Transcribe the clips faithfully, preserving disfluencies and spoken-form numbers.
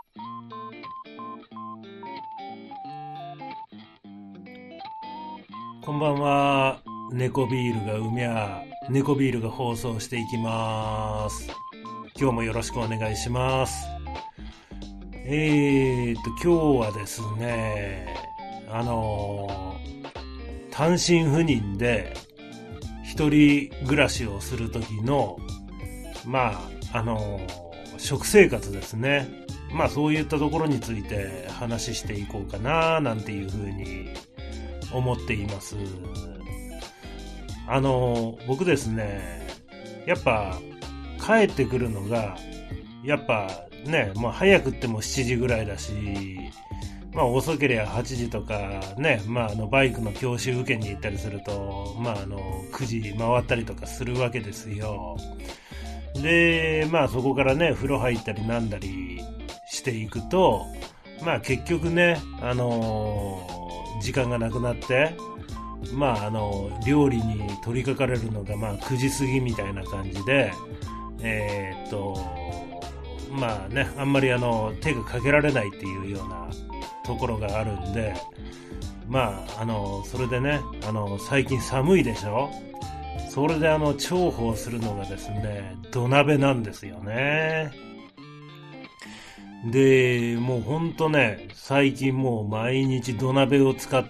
こんばんは。猫ビールがうみゃー、猫ビールが放送していきます。今日もよろしくお願いします。えーと、今日はですね、あのー、単身赴任で一人暮らしをするときの、まあ、あのー、食生活ですね。まあそういったところについて話していこうかな、なんていうふうに思っています。あの僕ですね、やっぱ帰ってくるのがやっぱね、まあ早くってもしちじぐらいだし、まあ遅ければはちじとかね、まああのバイクの教習受けに行ったりすると、まああのくじ回ったりとかするわけですよ。で、まあそこからね、風呂入ったりなんだりしていくと、まあ結局ね、あのー、時間がなくなって、まああの、料理に取り掛かれるのがまあくじ過ぎみたいな感じで、えー、っと、まあね、あんまりあの、手がかけられないっていうようなところがあるんで、まああの、それでね、あの、最近寒いでしょ？それであの、重宝するのがですね、土鍋なんですよね。で、もうほんとね、最近もう毎日土鍋を使って、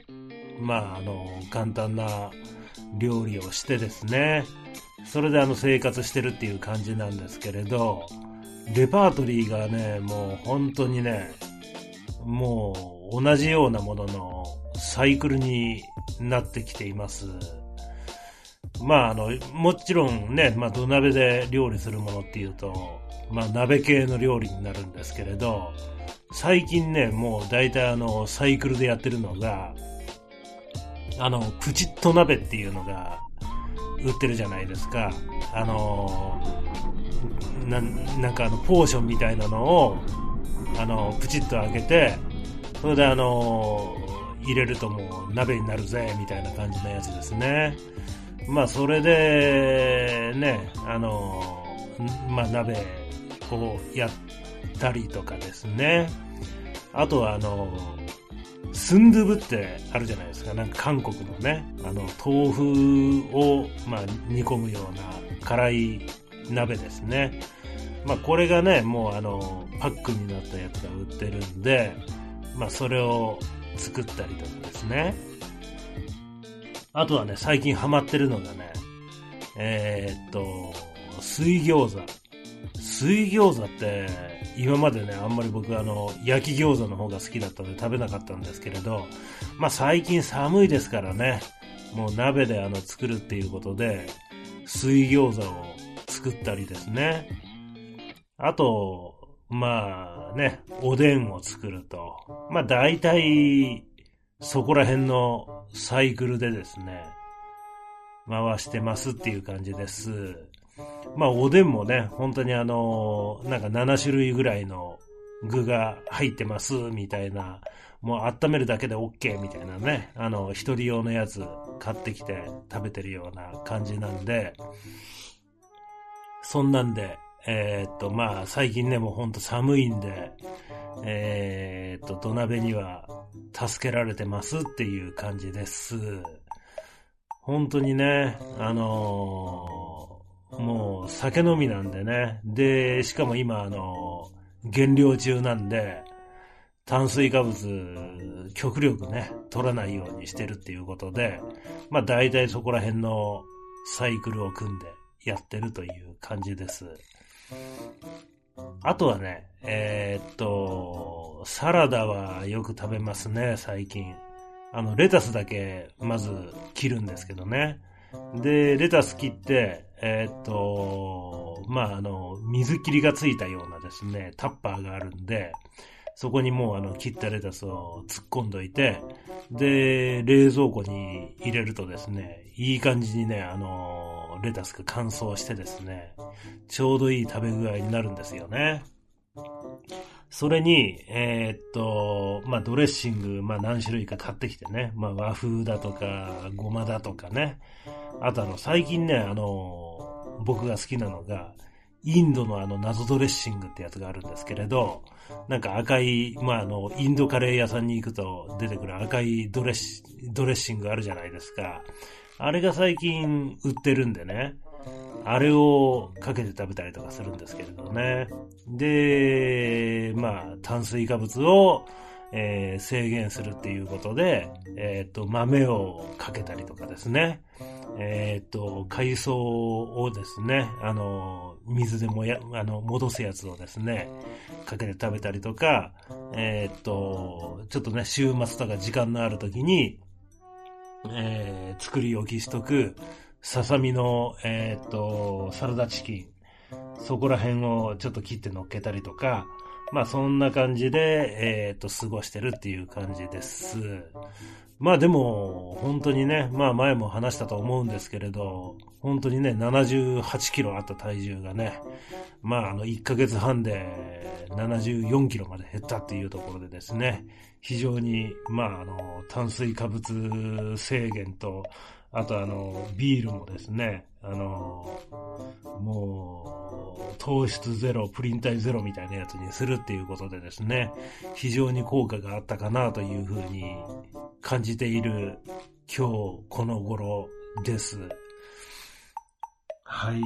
まああの、簡単な料理をしてですね、それであの生活してるっていう感じなんですけれど、レパートリーがね、もう本当にね、もう同じようなもののサイクルになってきています。まああの、もちろんね、まあ土鍋で料理するものっていうと、まあ鍋系の料理になるんですけれど、最近ね、もう大体あの、サイクルでやってるのが、あの、プチッと鍋っていうのが売ってるじゃないですか。あの、な、なんかあの、ポーションみたいなのを、あの、プチッと開けて、それであの、入れるともう鍋になるぜ、みたいな感じのやつですね。まあ、それで、ね、あの、まあ、鍋をやったりとかですね。あとはあの、スンドゥブってあるじゃないですか。なんか韓国のね、あの、豆腐を、まあ、煮込むような辛い鍋ですね。まあ、これがね、もうあの、パックになったやつが売ってるんで、まあ、それを作ったりとかですね。あとはね、最近ハマってるのがね、えー、っと、水餃子。水餃子って、今までね、あんまり僕あの、焼き餃子の方が好きだったので食べなかったんですけれど、まあ最近寒いですからね、もう鍋であの、作るっていうことで、水餃子を作ったりですね。あと、まあね、おでんを作ると。まあ大体、そこら辺のサイクルでですね、回してますっていう感じです。まあおでんもね、本当にあの、なんかなな種類ぐらいの具が入ってますみたいな、もう温めるだけで OK みたいなね、あの、一人用のやつ買ってきて食べてるような感じなんで、そんなんで、えー、っと、まあ最近ね、もうほんと寒いんで、えー、っと、土鍋には助けられてますっていう感じです。本当にね、あのー、もう酒飲みなんでね。で、しかも今あのー、減量中なんで、炭水化物、極力ね、取らないようにしてるっていうことで、まあ大体そこら辺のサイクルを組んでやってるという感じです。あとはね、えー、っと、サラダはよく食べますね、最近。あの、レタスだけ、まず、切るんですけどね。で、レタス切って、えー、っと、まあ、あの、水切りがついたようなですね、タッパーがあるんで、そこにもうあの、切ったレタスを突っ込んどいて、で、冷蔵庫に入れるとですね、いい感じにね、あの、レタスが乾燥してですね、ちょうどいい食べ具合になるんですよね。それに、えー、っと、まあ、ドレッシング、まあ、何種類か買ってきてね、まあ、和風だとか、ごまだとかね。あとあの、最近ね、あの、僕が好きなのが、 インドのあの謎ドレッシングってやつがあるんですけれど、なんか赤い、まあ、あの、インドカレー屋さんに行くと出てくる赤いドレッシ、ドレッシングあるじゃないですか。あれが最近売ってるんでね。あれをかけて食べたりとかするんですけれどね。で、まあ、炭水化物を、えー、制限するっていうことで、えっと、豆をかけたりとかですね。えっと、海藻をですね、あの、水でもや、あの、戻すやつをですね、かけて食べたりとか、えっと、ちょっとね、週末とか時間のある時に、えー、作り置きしとく、ささみの、えっと、サラダチキン、そこら辺をちょっと切って乗っけたりとか、まあそんな感じで、えっと、過ごしてるっていう感じです。まあでも、本当にね、まあ前も話したと思うんですけれど、本当にね、ななじゅうはちキロあった体重がね、まああのいっかげつはんでななじゅうよんキロまで減ったっていうところでですね、非常に、まああの、炭水化物制限と、あとあの、ビールもですね、あの、もう、糖質ゼロ、プリン体ゼロみたいなやつにするっていうことでですね、非常に効果があったかなというふうに感じている今日この頃です。はい。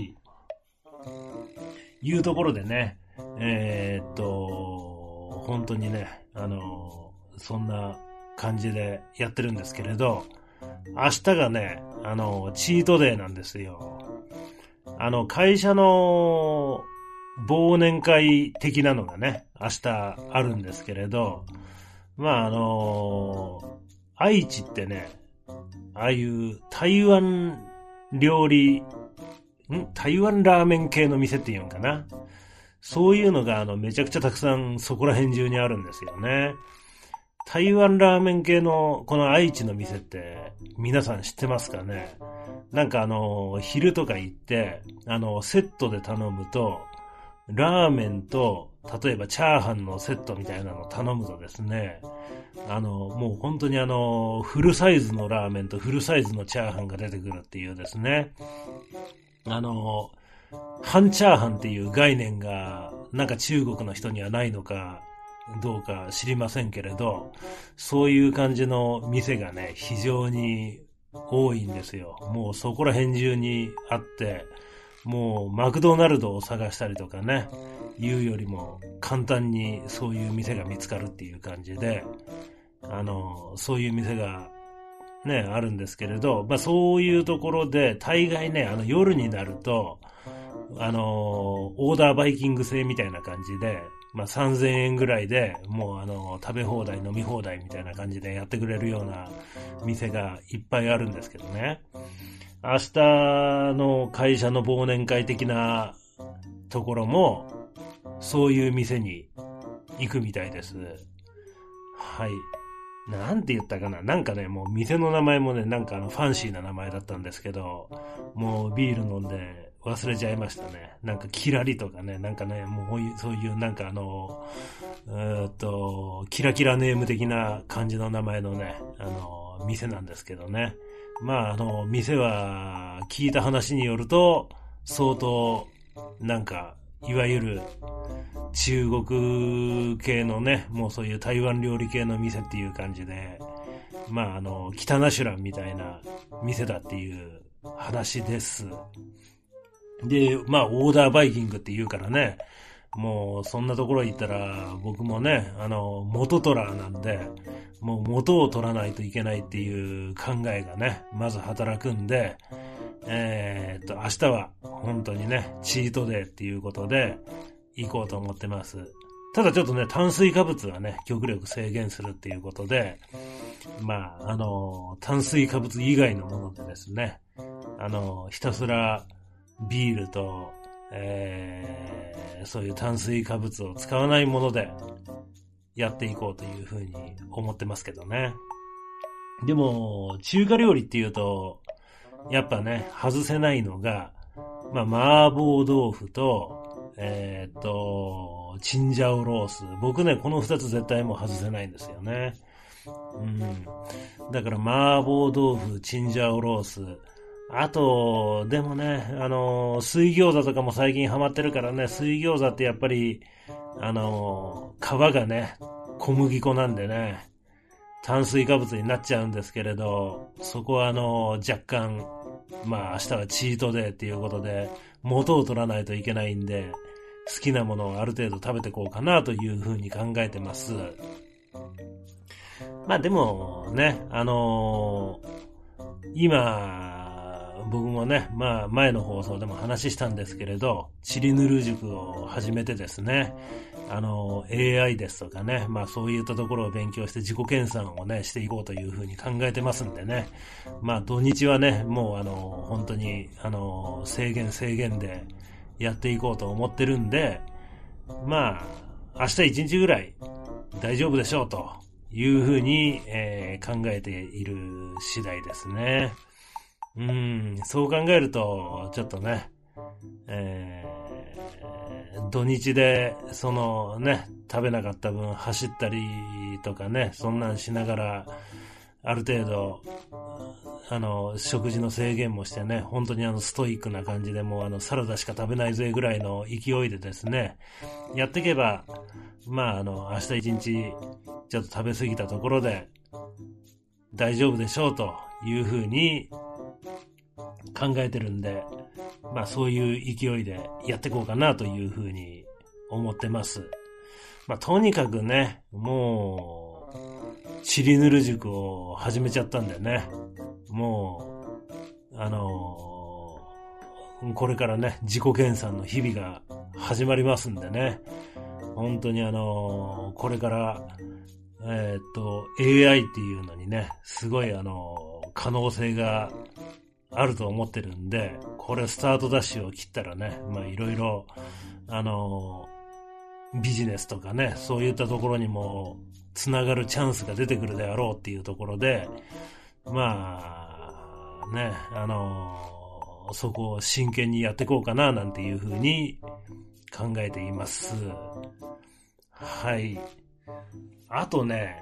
いうところでね、えー、っと、本当にね、あの、そんな感じでやってるんですけれど、明日がね、あの、チートデーなんですよ。あの、会社の忘年会的なのがね、明日あるんですけれど、まあ、あの、愛知ってね、ああいう台湾料理、ん台湾ラーメン系の店っていうのかな。そういうのがあの、めちゃくちゃたくさんそこら辺中にあるんですよね。台湾ラーメン系のこの愛知の店って皆さん知ってますかね？なんかあの、昼とか行って、あの、セットで頼むと、ラーメンと、例えばチャーハンのセットみたいなのを頼むとですね、あの、もう本当にあの、フルサイズのラーメンとフルサイズのチャーハンが出てくるっていうですね、あの、半チャーハンっていう概念が、なんか中国の人にはないのか、どうか知りませんけれど、そういう感じの店がね、非常に多いんですよ。もうそこら辺中にあって、もうマクドナルドを探したりとかね、いうよりも簡単にそういう店が見つかるっていう感じで、あの、そういう店がね、あるんですけれど、まあそういうところで、大概ね、あの夜になると、あの、オーダーバイキング制みたいな感じで、まあさんぜんえんぐらいで、もうあの、食べ放題、飲み放題みたいな感じでやってくれるような店がいっぱいあるんですけどね。明日の会社の忘年会的なところも、そういう店に行くみたいです。はい。なんて言ったかな、なんかね、もう店の名前もね、なんかあのファンシーな名前だったんですけど、もうビール飲んで忘れちゃいましたね。なんかキラリとかね、なんかね、もうそういうなんかあの、うーっと、キラキラネーム的な感じの名前のね、あの、店なんですけどね。まああの、店は聞いた話によると、相当、なんか、いわゆる中国系のね、もうそういう台湾料理系の店っていう感じで、まああの、北ナシュランみたいな店だっていう話です。で、まあオーダーバイキングって言うからね、もうそんなところ行ったら僕もね、あの、元取らなんで、もう元を取らないといけないっていう考えがね、まず働くんで、えー、っと、明日は本当にね、チートデーっていうことで行こうと思ってます。ただちょっとね、炭水化物はね、極力制限するっていうことで、まあ、あの、炭水化物以外のものでですね、あの、ひたすらビールと、えー、そういう炭水化物を使わないものでやっていこうというふうに思ってますけどね。でも、中華料理っていうと、やっぱね、外せないのが、まあ、麻婆豆腐と、えー、っと、チンジャオロース。僕ね、この二つ絶対もう外せないんですよね。うん。だから、麻婆豆腐、チンジャオロース、 あと、でもね、あの、水餃子とかも最近ハマってるからね、水餃子ってやっぱり、あの、皮がね、小麦粉なんでね、炭水化物になっちゃうんですけれど、そこはあの、若干、まあ明日はチートデーっていうことで、元を取らないといけないんで、好きなものをある程度食べていこうかなというふうに考えてます。まあでもね、あのー今、僕もね、まあ前の放送でも話したんですけれど、チリヌル塾を始めてですね、あの、エーアイ ですとかね、まあそういったところを勉強して自己研鑽をね、していこうというふうに考えてますんでね、まあ土日はね、もうあの、本当に、あの、制限制限でやっていこうと思ってるんで、まあ、明日一日ぐらい大丈夫でしょうというふうに、えー考えている次第ですね。うん、そう考えると、ちょっとね、えー土日で、そのね、食べなかった分走ったりとかね、そんなんしながら、ある程度、あの、食事の制限もしてね、本当にあの、ストイックな感じでもうあの、サラダしか食べないぜぐらいの勢いでですね、やっていけば、まああの、明日一日、ちょっと食べ過ぎたところで、大丈夫でしょうというふうに考えてるんで、まあそういう勢いでやっていこうかなというふうに思ってます。まあとにかくね、もう、チリヌル塾を始めちゃったんだよね。もう、あのーこれからね、自己研鑽の日々が始まりますんでね、本当にあのーこれから、えーっと、エーアイ っていうのにね、すごいあのー可能性があると思ってるんで、これスタートダッシュを切ったらね、まあいろいろ、あのービジネスとかね、そういったところにもつながるチャンスが出てくるであろうっていうところで、まあ、ね、あのーそこを真剣にやっていこうかななんていうふうに考えています。はい。あとね、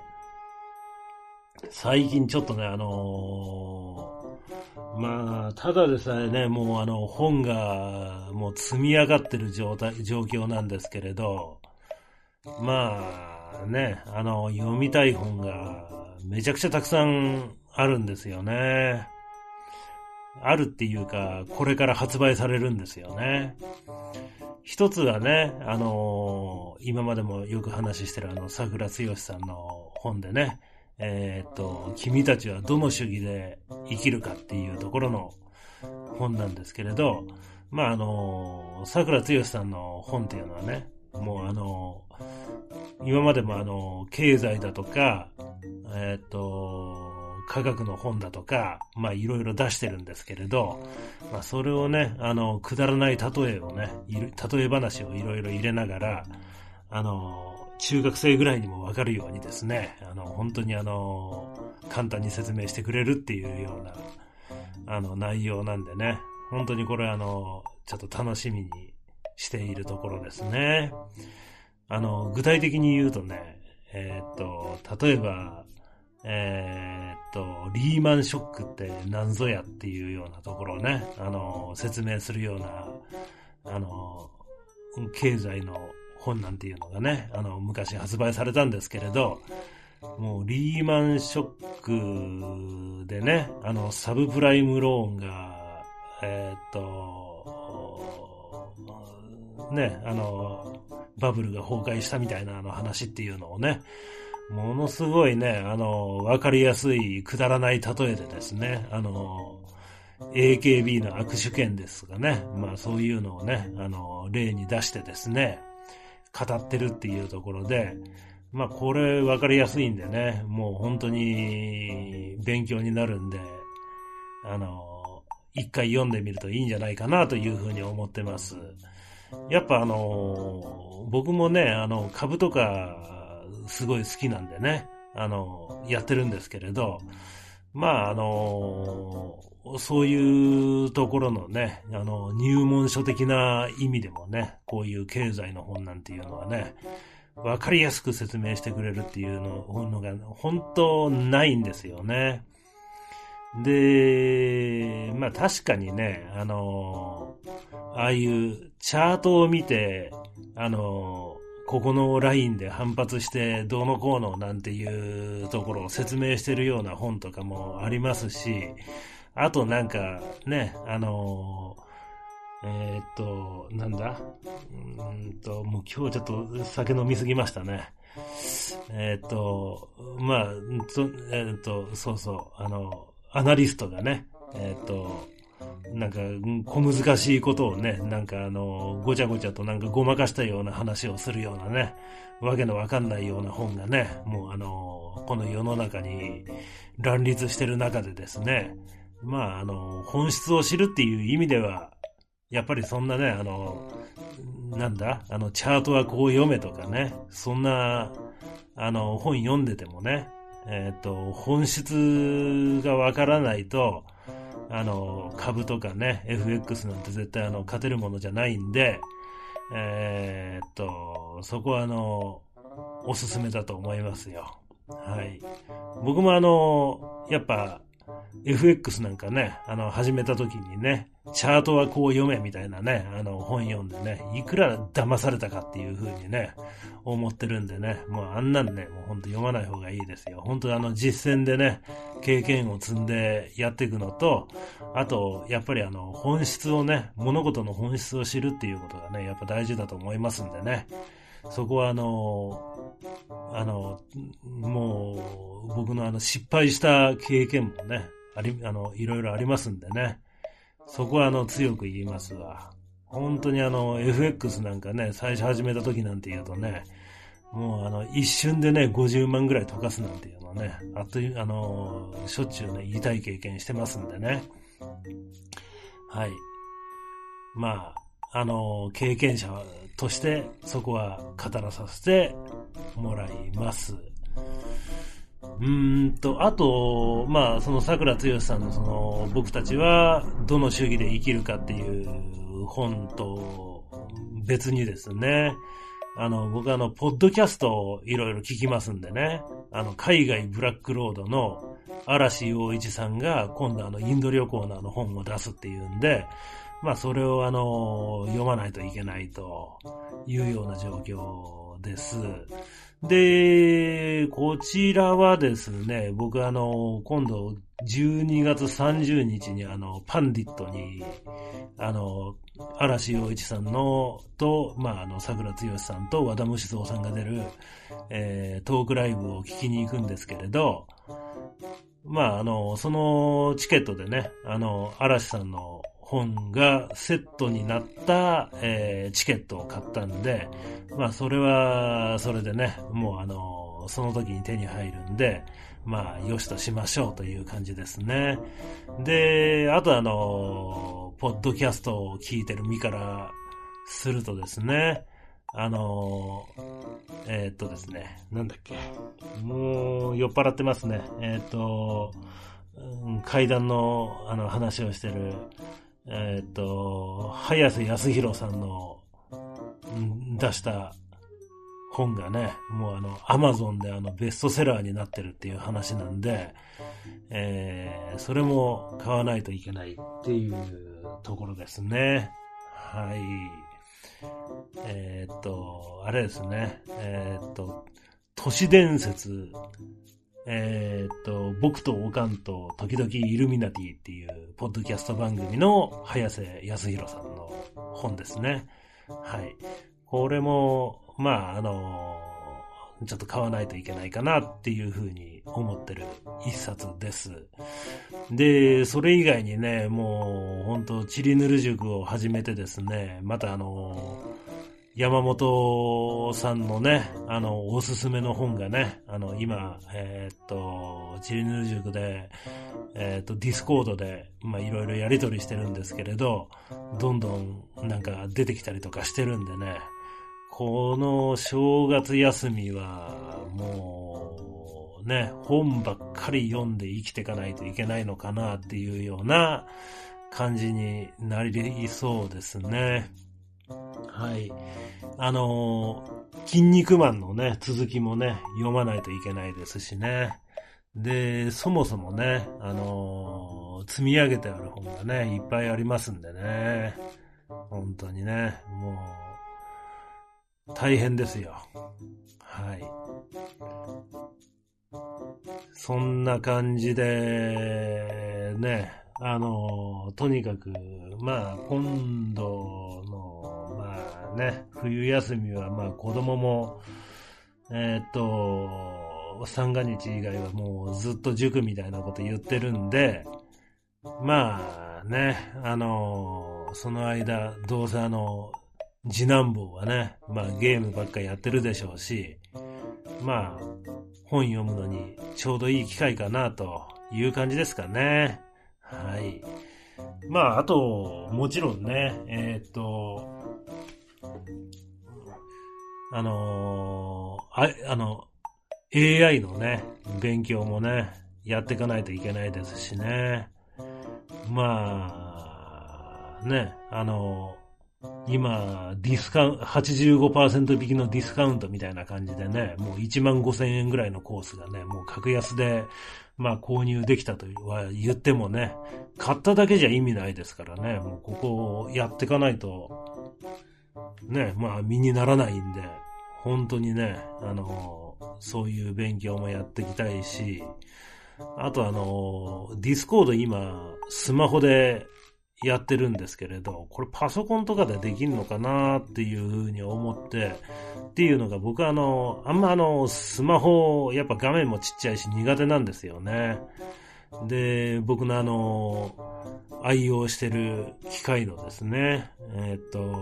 最近ちょっとね、あのーまあ、ただでさえね、もうあの、本がもう積み上がってる状態、状況なんですけれど、まあね、あの、読みたい本がめちゃくちゃたくさんあるんですよね。あるっていうか、これから発売されるんですよね。一つはね、あのー今までもよく話してるあの、桜つよしさんの本でね、えーっと、君たちはどの主義で生きるかっていうところの本なんですけれど、まあ、あのー桜つよしさんの本っていうのはね、もうあのー今までもあのー経済だとか、えーっと、科学の本だとか、まあいろいろ出してるんですけれど、まあそれをね、あの、くだらない例えをね、いる例え話をいろいろ入れながら、あの、中学生ぐらいにもわかるようにですね、あの、本当にあの、簡単に説明してくれるっていうような、あの、内容なんでね、本当にこれあの、ちょっと楽しみにしているところですね。あの、具体的に言うとね、えーっと、例えば、えーっと、リーマンショックって何ぞやっていうようなところをね、あの、説明するような、あの、経済の本なんていうのがね、あの、昔発売されたんですけれど、もうリーマンショックでね、あの、サブプライムローンが、えーっと、ね、あの、バブルが崩壊したみたいなあの話っていうのをね、ものすごいね、あの、わかりやすい、くだらない例えでですね、あの、エーケービー の握手券ですとかね、まあそういうのをね、あの、例に出してですね、語ってるっていうところで、まあこれわかりやすいんでね、もう本当に勉強になるんで、あの、一回読んでみるといいんじゃないかなというふうに思ってます。やっぱあの、僕もね、あの、株とか、すごい好きなんでね、あの、やってるんですけれど、まあ、あの、そういうところのね、あの、入門書的な意味でもね、こういう経済の本なんていうのはね、わかりやすく説明してくれるっていうののが本当ないんですよね。 で、まあ確かにね、あのー、ああいうチャートを見て、あのー、ここのラインで反発してどうのこうのなんていうところを説明してるような本とかもありますし、あとなんかね、あのー、えー、っと、なんだうーんと、もう今日ちょっと酒飲みすぎましたね。えー、っと、まあ、とえー、っと、そうそう、あの、アナリストがね、えー、っと、なんか、小難しいことをね、なんかあの、ごちゃごちゃとなんかごまかしたような話をするようなね、わけのわかんないような本がね、もうあの、この世の中に乱立してる中でですね、まああの、本質を知るっていう意味では、やっぱりそんなね、あの、なんだ、あの、チャートはこう読めとかね、そんな、あの、本読んでてもね、えっと、本質がわからないと、あの、株とかね、エフエックス なんて絶対あの、勝てるものじゃないんで、えーっと、そこはあの、おすすめだと思いますよ。はい。僕もあの、やっぱ、エフエックス なんかね、あの、始めた時にね、チャートはこう読めみたいなね、あの、本読んでね、いくら騙されたかっていう風にね、思ってるんでね、もうあんなんね、もうほんと読まない方がいいですよ。本当あの、実践でね、経験を積んでやっていくのと、あと、やっぱりあの、本質をね、物事の本質を知るっていうことがね、やっぱ大事だと思いますんでね、そこはあの、あの、もう、僕のあの、失敗した経験もね、あり、あの、いろいろありますんでね。そこはあの、強く言いますわ。本当にあの、エフエックス なんかね、最初始めた時なんて言うとね、もうあの、一瞬でね、ごじゅうまんぐらい溶かすなんていうのはね、あっという、あの、しょっちゅうね、痛い経験してますんでね。はい。まあ、あの、経験者として、そこは語らさせてもらいます。うーんと、あと、まあ、その桜つよしさんのその、僕たちはどの主義で生きるかっていう本と別にですね、あの、僕はあの、ポッドキャストをいろいろ聞きますんでね、あの、海外ブラックロードの嵐陽一さんが今度あの、インド旅行のあの本を出すっていうんで、まあ、それをあの、読まないといけないというような状況です。で、こちらはですね、僕あの、今度じゅうにがつさんじゅうにちにあの、パンディットに、あの、嵐陽一さんの、と、まあ、あの、桜つよしさんと和田無志蔵さんが出る、えー、トークライブを聞きに行くんですけれど、まあ、あの、そのチケットでね、あの、嵐さんの本がセットになった、えー、チケットを買ったんで、まあ、それは、それでね、もうあの、その時に手に入るんで、まあ、よしとしましょうという感じですね。で、あとあの、ポッドキャストを聞いてる身からするとですね、あの、えー、っとですね、なんだっけ、もう酔っ払ってますね。えー、っと、階段のあの話をしてる、えー、っと、早瀬康弘さんの出した本がね、もうあの、アマゾンであの、ベストセラーになってるっていう話なんで、えー、それも買わないといけないっていうところですね。はい。えー、っと、あれですね。えー、っと、都市伝説、えー、っと、僕とオカンと時々イルミナティっていうポッドキャスト番組の早瀬康弘さんの本ですね。はい。これも、まあ、あの、ちょっと買わないといけないかなっていうふうに思ってる一冊です。で、それ以外にね、もう、本当チリヌル塾を始めてですね、またあの、山本さんのね、あの、おすすめの本がね、あの、今、えー、っと、チリヌル塾で、えー、っと、ディスコードで、まあ、いろいろやり取りしてるんですけれど、どんどんなんか出てきたりとかしてるんでね、この正月休みは、もう、ね、本ばっかり読んで生きていかないといけないのかなっていうような感じになりそうですね。はい。あのー、筋肉マンのね、続きもね、読まないといけないですしね。 で、そもそもね、あのー積み上げてある本がね、いっぱいありますんでね。本当にね、もう、大変ですよ。はい。そんな感じで、ね、あのーとにかく、まあ、今度の、まあね、冬休みは、まあ、子供も、えーっと、三が日以外はもうずっと塾みたいなこと言ってるんで、まあね、あの、その間、どうせあの、次男坊はね、まあゲームばっかやってるでしょうし、まあ、本読むのにちょうどいい機会かなという感じですかね。はい。まあ、あと、もちろんね、えーっと、あのーあ、あの、エーアイ のね、勉強もね、やっていかないといけないですしね。まあ、ね、あの、今、ディスカウント、はちじゅうごパーセント引きのディスカウントみたいな感じでね、もういちまんごせんえんぐらいのコースがね、もう格安で、まあ購入できたとは言ってもね、買っただけじゃ意味ないですからね、もうここをやっていかないと、ね、まあ身にならないんで、本当にね、あの、そういう勉強もやっていきたいし、あとあの、ディスコード今、スマホでやってるんですけれど、これパソコンとかでできるのかなっていうふうに思って、っていうのが僕はあの、あんまあの、スマホ、やっぱ画面もちっちゃいし苦手なんですよね。で、僕のあの、愛用してる機械のですね、えーっと、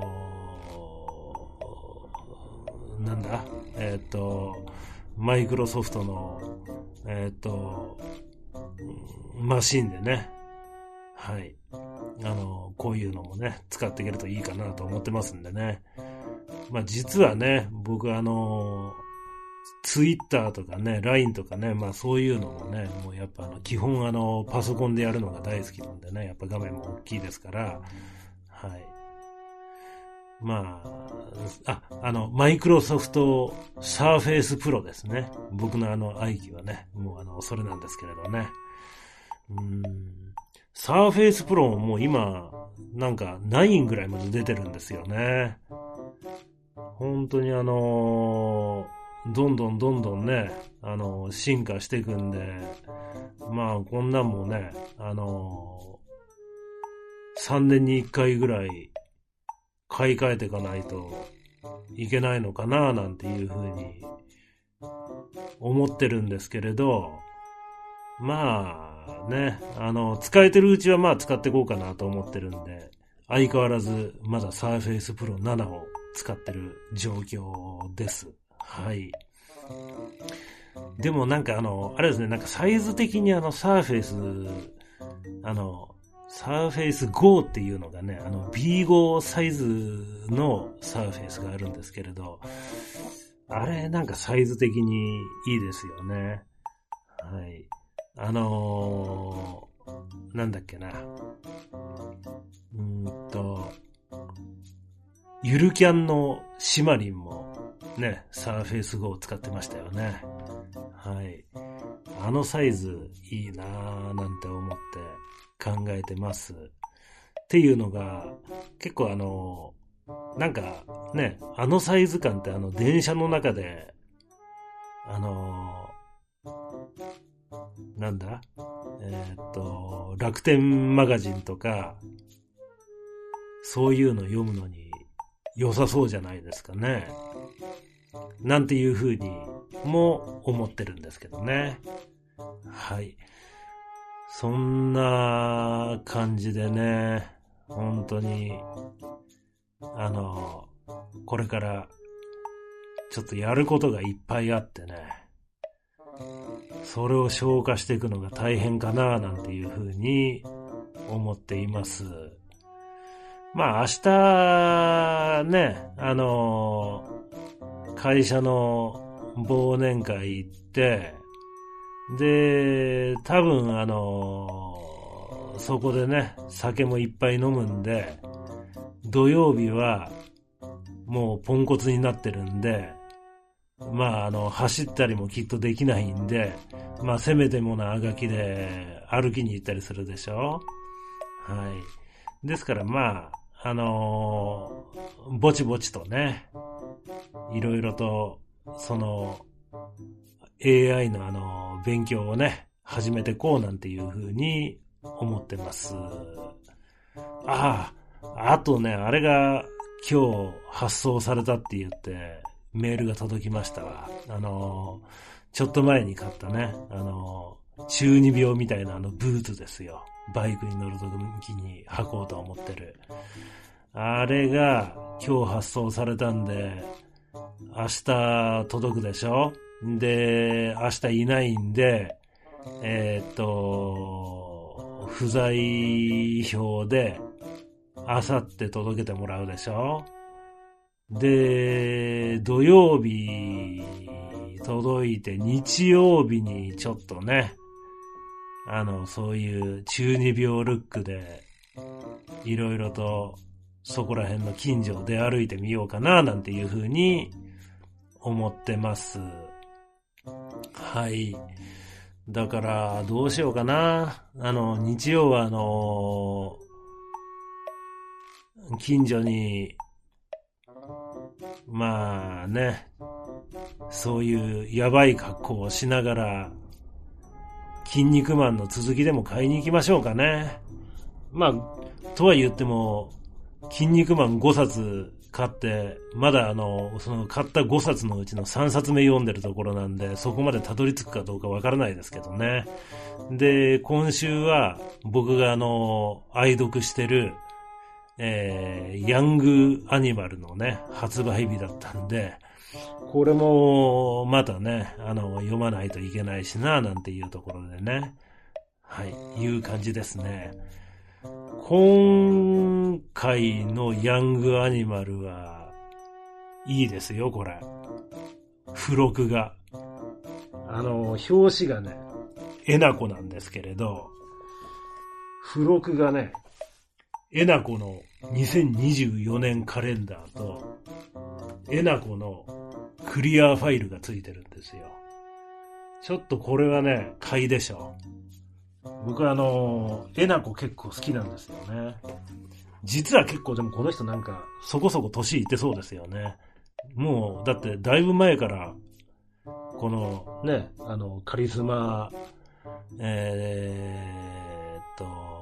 なんだえーっと、マイクロソフトの、えーっと、マシンでね、はい。あの、こういうのもね、使っていけるといいかなと思ってますんでね。まあ実はね、僕あの、ツイッターとかね、ライン とかね、まあそういうのもね、もうやっぱあの、基本あの、パソコンでやるのが大好きなんでね、やっぱ画面も大きいですから、はい。まあ、あ、あの、マイクロソフトサーフェイスプロですね。僕のあの、愛機はね、もうあの、それなんですけれどね。うーん。サーフェイスプロももう今、なんかナインぐらいまで出てるんですよね。本当にあのーどんどんどんどんね、あのー進化していくんで、まあこんなんもね、あのーさんねんにいっかいぐらい買い替えていかないといけないのかななんていうふうに思ってるんですけれど、まあね、あの、使えてるうちはまあ使っていこうかなと思ってるんで、相変わらずまだ Surface Pro ななを使ってる状況です。はい。でもなんかあの、あれですね、なんかサイズ的にあの Surface、あの、Surface Go っていうのがね、あの ビーファイブ サイズの Surface があるんですけれど、あれなんかサイズ的にいいですよね。はい。あのー、なんだっけな。うーんと、ゆるキャンのシマリンもね、サーフェイス Go を使ってましたよね。はい。あのサイズいいなぁなんて思って考えてます。っていうのが、結構あの、なんかね、あのサイズ感ってあの電車の中で、あの、なんだえーっと、楽天マガジンとか、そういうの読むのに良さそうじゃないですかね。なんていうふうにも思ってるんですけどね。はい。そんな感じでね、本当に、あの、これからちょっとやることがいっぱいあってね、それを消化していくのが大変かななんていうふうに思っています。まあ明日ね、あの、会社の忘年会行って、で、多分あの、そこでね、酒もいっぱい飲むんで、土曜日はもうポンコツになってるんで、 まあ、あの、走ったりもきっとできないんで、まあ、せめてものあがきで歩きに行ったりするでしょ。はい。ですから、まあ、あのーぼちぼちとね、いろいろと、その、エーアイ のあの、勉強をね、始めてこうなんていうふうに思ってます。ああ、あとね、あれが今日発送されたって言ってメールが届きましたわ。あの、ちょっと前に買ったね、あの、中二病みたいなあのブーツですよ。バイクに乗るときに履こうと思ってる。あれが今日発送されたんで、明日届くでしょ？で、明日いないんで、えーっと、不在票で、明後日届けてもらうでしょ？で、土曜日届いて日曜日にちょっとね、あの、そういう中二病ルックで、いろいろとそこら辺の近所を出歩いてみようかな、なんていうふうに思ってます。はい。だから、どうしようかな。あの、日曜はあの、近所に、まあね、そういうやばい格好をしながら、筋肉マンの続きでも買いに行きましょうかね。まあ、とは言っても、筋肉マンごさつ買って、まだあの、その買ったごさつのうちのさんさつめ読んでるところなんで、そこまでたどり着くかどうかわからないですけどね。で、今週は僕があの、愛読してる、えー、ヤングアニマルのね、発売日だったんで、これも、またね、あの、読まないといけないしな、なんていうところでね。はい、いう感じですね。今回のヤングアニマルは、いいですよ、これ。付録が。あの、表紙がね、えなこなんですけれど、付録がね、えなこのにせんにじゅうよねんカレンダーと、えなこのクリアファイルがついてるんですよ。ちょっとこれはね、買いでしょ。僕はあの、えなこ結構好きなんですよね。実は結構でもこの人なんかそこそこ年いってそうですよね。もう、だってだいぶ前から、このね、あの、カリスマ、えーっと、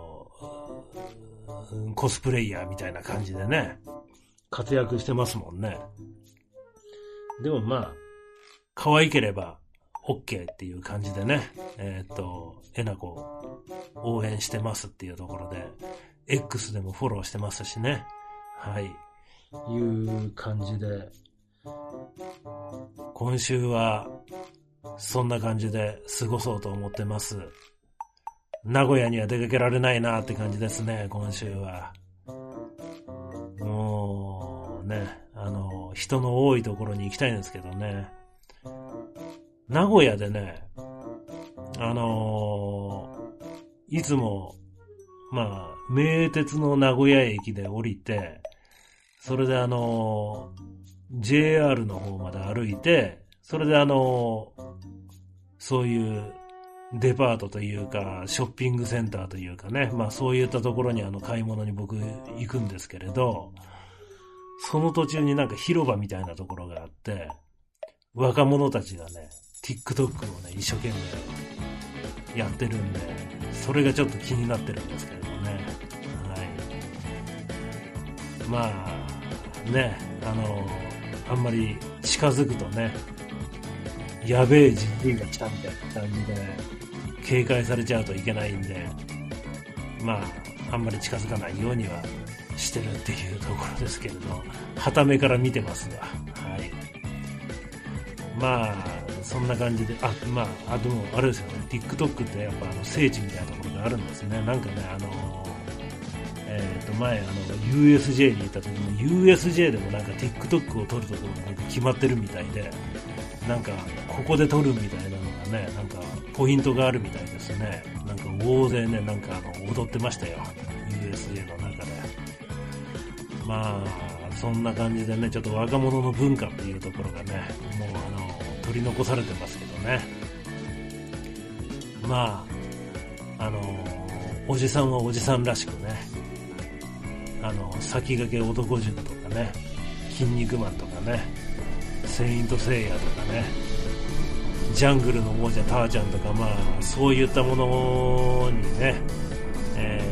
コスプレイヤーみたいな感じでね、活躍してますもんね。でもまあ、可愛ければ OK っていう感じでね、えーっと、えなこ応援してますっていうところで、X でもフォローしてますしね。はい。いう感じで、今週は、そんな感じで過ごそうと思ってます。名古屋には出かけられないなって感じですね、今週は。もう、ね、あの、人の多いところに行きたいんですけどね。名古屋でね、あのー、いつも、まあ、名鉄の名古屋駅で降りて、それであのー、ジェイアール の方まで歩いて、それであのー、そういうデパートというか、ショッピングセンターというかね、まあそういったところにあの買い物に僕行くんですけれど、その途中になんか広場みたいなところがあって、若者たちがね、TikTok をね、一生懸命やってるんで、それがちょっと気になってるんですけれどね。はい。まあ、ね、あの、あんまり近づくとね、やべえ人類が来たみたいな感じで、警戒されちゃうといけないんで、まあ、あんまり近づかないようにはしてるっていうところですけれど、傍目から見てますわ。はい。まあ、そんな感じで、あ、まあ、あ、でも、あれですよね、TikTok ってやっぱあの聖地みたいなところがあるんですね。なんかね、あの、えっと、前、あの、ユーエスジェー に行った時に、ユーエスジェー でもなんか TikTok を撮るところがなんか決まってるみたいで、なんか、ここで撮るみたいなのがね、なんか、ポイントがあるみたいですね。なんか、大勢ね、なんか、あの、踊ってましたよ。ユーエスジェー の中で。まあ、そんな感じでね、ちょっと若者の文化っていうところがね、もうあの、 取り残されてますけどね。まああのおじさんはおじさんらしくね、あの先駆け男塾とかね、筋肉マンとかね、セイントセイヤとかね、ジャングルの王者ターちゃんとか、まあそういったものにね、え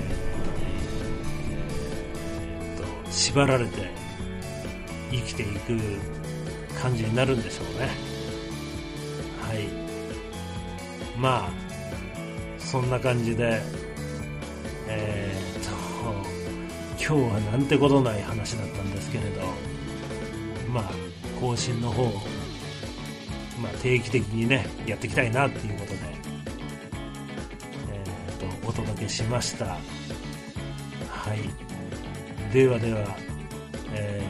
ー、と縛られて生きていく感じになるんでしょうね。はい。まあそんな感じで、えー、と今日はなんてことない話だったんですけれど、まあ更新の方、まあ、定期的にねやっていきたいなっていうことで、えー、とお届けしました。はい。ではでは、え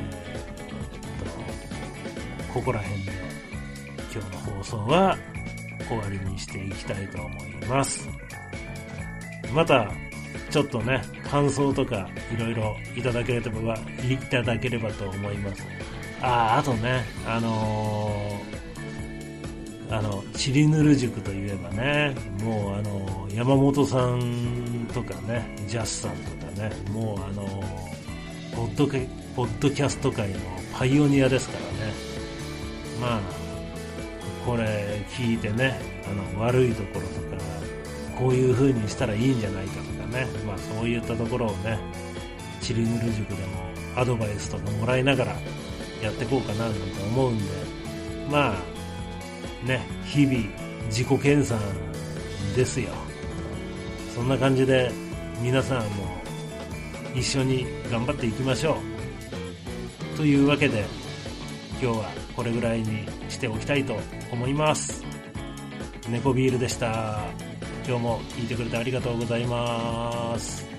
ー、とここら辺で今日の放送は終わりにしていきたいと思います。またちょっとね感想とかいろいろいただければいただければと思います。ああ、あとね、あのー、あのチリヌル塾といえばね、もうあのー、山本さんとかね、ジャスさんとかね、もうあのー、ポッドキャ、ポッドキャスト界のパイオニアですからね。まあこれ聞いてね、あの悪いところとかこういう風にしたらいいんじゃないかとかね、まあそういったところをね、チリヌル塾でもアドバイスとかもらいながらやっていこうかななんて思うんで、まあね、日々自己研鑽ですよ。そんな感じで皆さんも一緒に頑張っていきましょうというわけで、今日はこれぐらいにしておきたいと思います。猫ビールでした。今日も聞いてくれてありがとうございます。